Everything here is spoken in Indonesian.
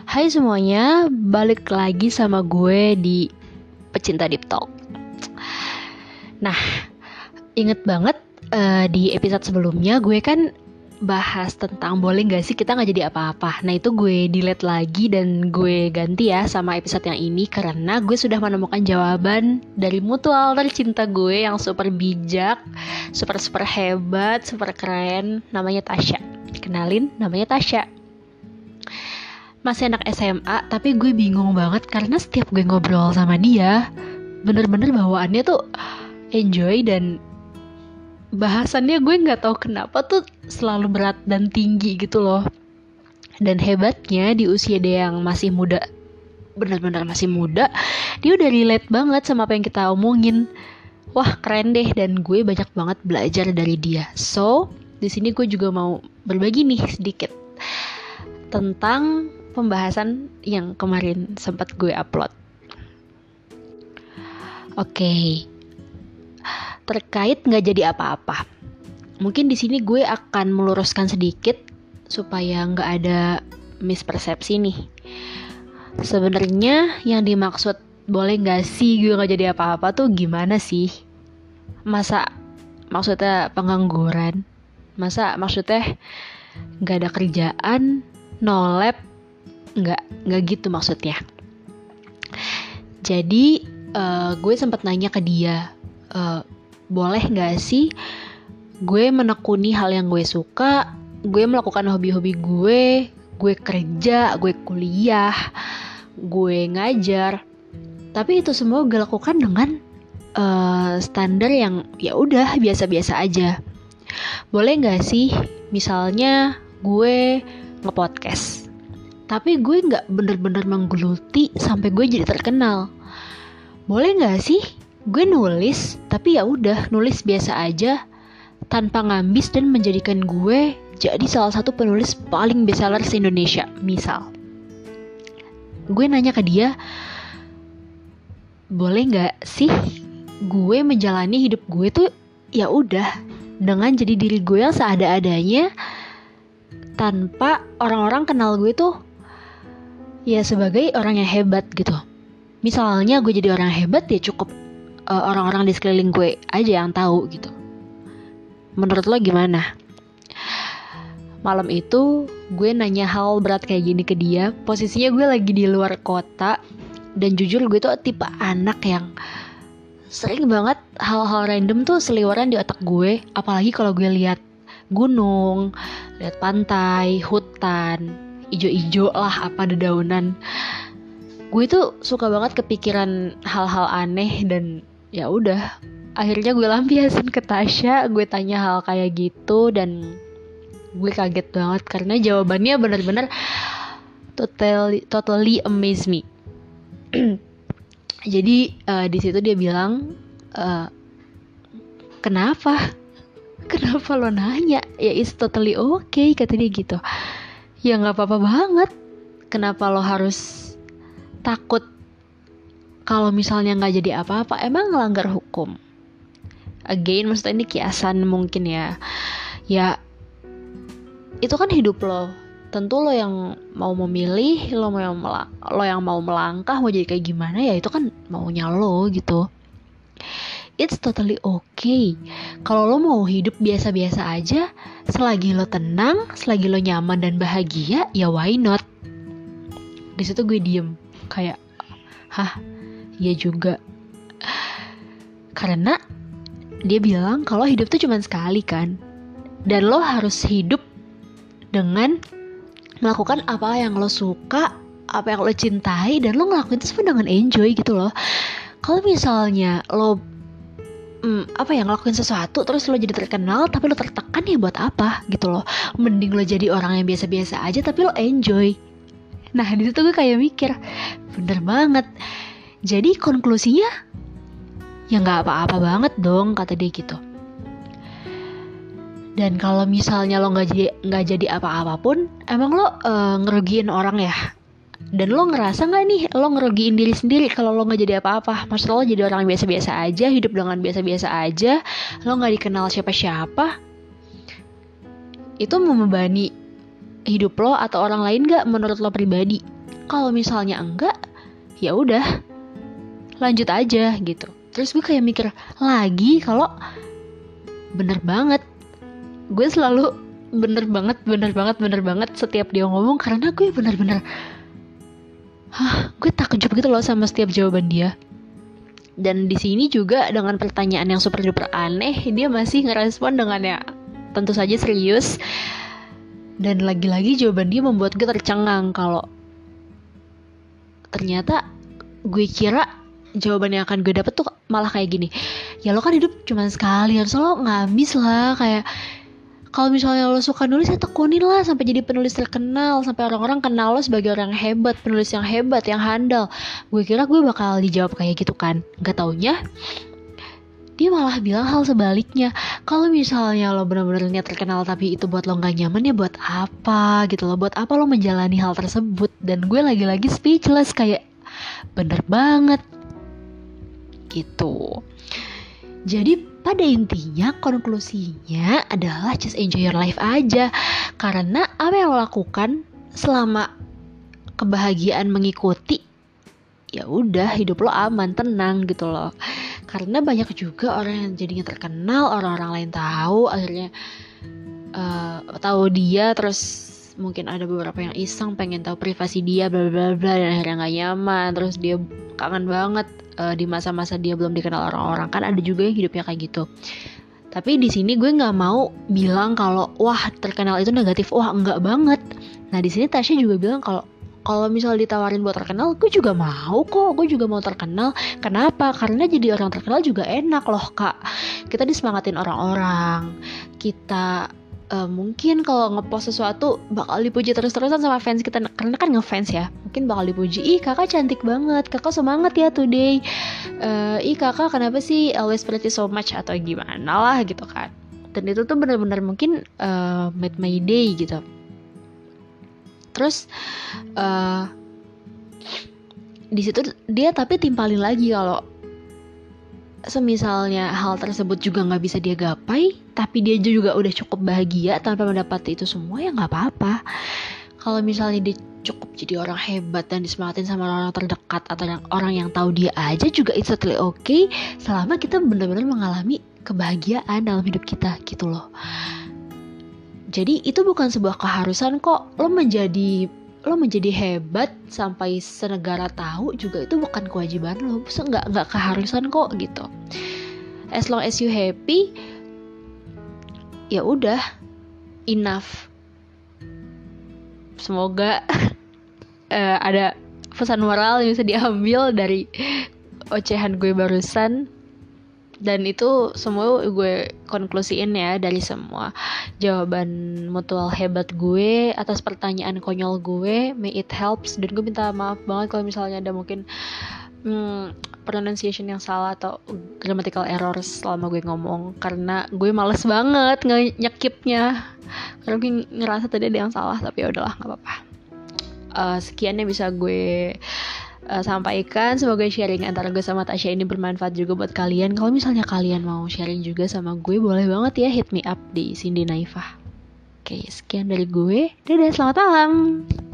Hai semuanya, balik lagi sama gue di Pecinta Deep Talk. Nah, inget banget di episode sebelumnya gue kan bahas tentang boleh gak sih kita gak jadi apa-apa. Nah itu gue delete lagi dan gue ganti ya sama episode yang ini, karena gue sudah menemukan jawaban dari mutual tercinta gue yang super bijak, super hebat, super keren. Namanya Tasya. Kenalin, namanya Tasya. Masih anak SMA, tapi gue bingung banget karena setiap gue ngobrol sama dia bener-bener bawaannya tuh enjoy, dan bahasannya gue gak tahu kenapa tuh selalu berat dan tinggi gitu loh. Dan hebatnya di usia dia yang masih muda, bener-bener masih muda, dia udah relate banget sama apa yang kita omongin. Wah keren deh, dan gue banyak banget belajar dari dia. So di sini gue juga mau berbagi nih sedikit tentang pembahasan yang kemarin sempat gue upload. Oke, terkait nggak jadi apa-apa. Mungkin di sini gue akan meluruskan sedikit supaya nggak ada mispersepsi nih. Sebenarnya yang dimaksud boleh nggak sih gue nggak jadi apa-apa tuh gimana sih? Masa maksudnya pengangguran? Masa maksudnya nggak ada kerjaan, no lab? Nggak gitu maksudnya. Jadi gue sempat nanya ke dia, boleh nggak sih gue menekuni hal yang gue suka, gue melakukan hobi-hobi gue kerja, gue kuliah, gue ngajar, tapi itu semua gue lakukan dengan standar yang ya udah biasa-biasa aja. Boleh nggak sih misalnya gue nge-podcast, tapi gue gak bener-bener menggeluti sampai gue jadi terkenal. Boleh gak sih gue nulis, tapi ya udah nulis biasa aja, tanpa ngambis dan menjadikan gue jadi salah satu penulis paling bestseller se-Indonesia, misal. Gue nanya ke dia, boleh gak sih gue menjalani hidup gue tuh ya udah dengan jadi diri gue yang seada-adanya, tanpa orang-orang kenal gue tuh ya sebagai orang yang hebat gitu. Misalnya gue jadi orang hebat, ya cukup orang-orang di sekeliling gue aja yang tahu gitu. Menurut lo gimana? Malam itu gue nanya hal berat kayak gini ke dia. Posisinya gue lagi di luar kota, dan jujur gue tuh tipe anak yang sering banget hal-hal random tuh seliweran di otak gue. Apalagi kalau gue lihat gunung, lihat pantai, hutan, ijo-ijo lah, apa dedaunan. Gue tuh suka banget kepikiran hal-hal aneh, dan ya udah akhirnya gue lampiasin ke Tasya. Gue tanya hal kayak gitu, dan gue kaget banget karena jawabannya benar-benar totally amaze me. Jadi di situ dia bilang, kenapa lo nanya? Ya it's totally okay, kata dia gitu. Ya gak apa-apa banget. Kenapa lo harus takut kalau misalnya gak jadi apa-apa? Emang ngelanggar hukum? Again, maksudnya ini kiasan mungkin ya. Ya itu kan hidup lo. Tentu lo yang mau memilih, lo yang mau melangkah, mau jadi kayak gimana, ya itu kan maunya lo gitu. It's totally okay kalau lo mau hidup biasa-biasa aja, selagi lo tenang, selagi lo nyaman dan bahagia, ya why not? Di situ gue diem, kayak, hah, iya juga. Karena dia bilang kalau hidup tuh cuma sekali kan, dan lo harus hidup dengan melakukan apa yang lo suka, apa yang lo cintai, dan lo ngelakuin itu semua dengan enjoy gitu loh. Kalau misalnya lo ngelakuin sesuatu terus lo jadi terkenal tapi lo tertekan, ya buat apa gitu loh. Mending lo jadi orang yang biasa-biasa aja tapi lo enjoy. Nah di situ gue kayak mikir, bener banget. Jadi konklusinya ya nggak apa-apa banget dong, kata dia gitu. Dan kalau misalnya lo nggak jadi apa-apa pun, emang lo ngerugiin orang ya? Dan lo ngerasa nggak nih lo ngerugiin diri sendiri kalau lo nggak jadi apa-apa? Maksud lo jadi orang biasa-biasa aja, hidup dengan biasa-biasa aja, lo nggak dikenal siapa-siapa, itu membebani hidup lo atau orang lain gak menurut lo pribadi? Kalau misalnya enggak, ya udah lanjut aja gitu. Terus gue kayak mikir lagi kalau bener banget, gue selalu bener banget setiap dia ngomong, karena gue bener-bener gue takjub gitu loh sama setiap jawaban dia. Dan di sini juga dengan pertanyaan yang super duper aneh, dia masih ngerespon dengan ya tentu saja serius. Dan lagi-lagi jawaban dia membuat gue tercengang kalau ternyata gue kira jawaban yang akan gue dapet tuh malah kayak gini. Ya lo kan hidup cuma sekali, harus lo ngabis lah. Kayak kalau misalnya lo suka nulis ya tekunin lah sampai jadi penulis terkenal, sampai orang-orang kenal lo sebagai orang hebat, penulis yang hebat, yang handal. Gue kira gue bakal dijawab kayak gitu kan. Gak taunya dia malah bilang hal sebaliknya. Kalau misalnya lo benar-benar niat terkenal tapi itu buat lo gak nyaman, ya buat apa gitu loh. Buat apa lo menjalani hal tersebut. Dan gue lagi-lagi speechless, kayak bener banget gitu. Jadi pada intinya konklusinya adalah just enjoy your life aja. Karena apa yang lo lakukan selama kebahagiaan mengikuti, ya udah hidup lo aman, tenang gitu loh. Karena banyak juga orang yang jadinya terkenal, orang-orang lain tahu, akhirnya tahu dia, terus mungkin ada beberapa yang iseng pengen tahu privasi dia, bla bla bla, dan akhirnya nggak nyaman, terus dia kangen banget di masa-masa dia belum dikenal orang-orang. Kan ada juga yang hidupnya kayak gitu. Tapi di sini gue nggak mau bilang kalau wah terkenal itu negatif, wah enggak banget. Nah di sini Tasya juga bilang kalau misalnya ditawarin buat terkenal, gue juga mau kok, gue juga mau terkenal. Kenapa? Karena jadi orang terkenal juga enak loh kak. Kita disemangatin orang-orang, kita mungkin kalau ngepost sesuatu bakal dipuji terus-terusan sama fans kita, karena kan ngefans ya. Mungkin bakal dipuji, ih kakak cantik banget, kakak semangat ya today, ih kakak kenapa sih always pretty so much, atau gimana lah gitu kan. Dan itu tuh benar-benar mungkin made my day gitu. Terus di situ dia tapi timpalin lagi kalau semisalnya hal tersebut juga nggak bisa dia gapai, tapi dia juga udah cukup bahagia tanpa mendapati itu semua, ya nggak apa-apa. Kalau misalnya dia cukup jadi orang hebat dan disemangatin sama orang terdekat atau orang yang tahu dia aja, juga it's totally okay, selama kita benar-benar mengalami kebahagiaan dalam hidup kita gitu loh. Jadi itu bukan sebuah keharusan kok. Lo menjadi hebat sampai senegara tahu juga itu bukan kewajiban lo. Nggak keharusan kok gitu. As long as you happy, ya udah enough. Semoga ada pesan moral yang bisa diambil dari ocehan gue barusan. Dan itu semua gue konklusiin ya dari semua jawaban mutual hebat gue atas pertanyaan konyol gue. May it helps. Dan gue minta maaf banget kalau misalnya ada mungkin pronunciation yang salah atau grammatical errors selama gue ngomong, karena gue males banget nyekipnya. Karena gue ngerasa tadi ada yang salah, tapi ya udahlah, nggak apa-apa. Sekian yang bisa gue sampaikan. Semoga sharing antara gue sama Tasya ini bermanfaat juga buat kalian. Kalau misalnya kalian mau sharing juga sama gue, boleh banget ya hit me up di Cindy Naifah. Oke, sekian dari gue. Dadah, selamat malam.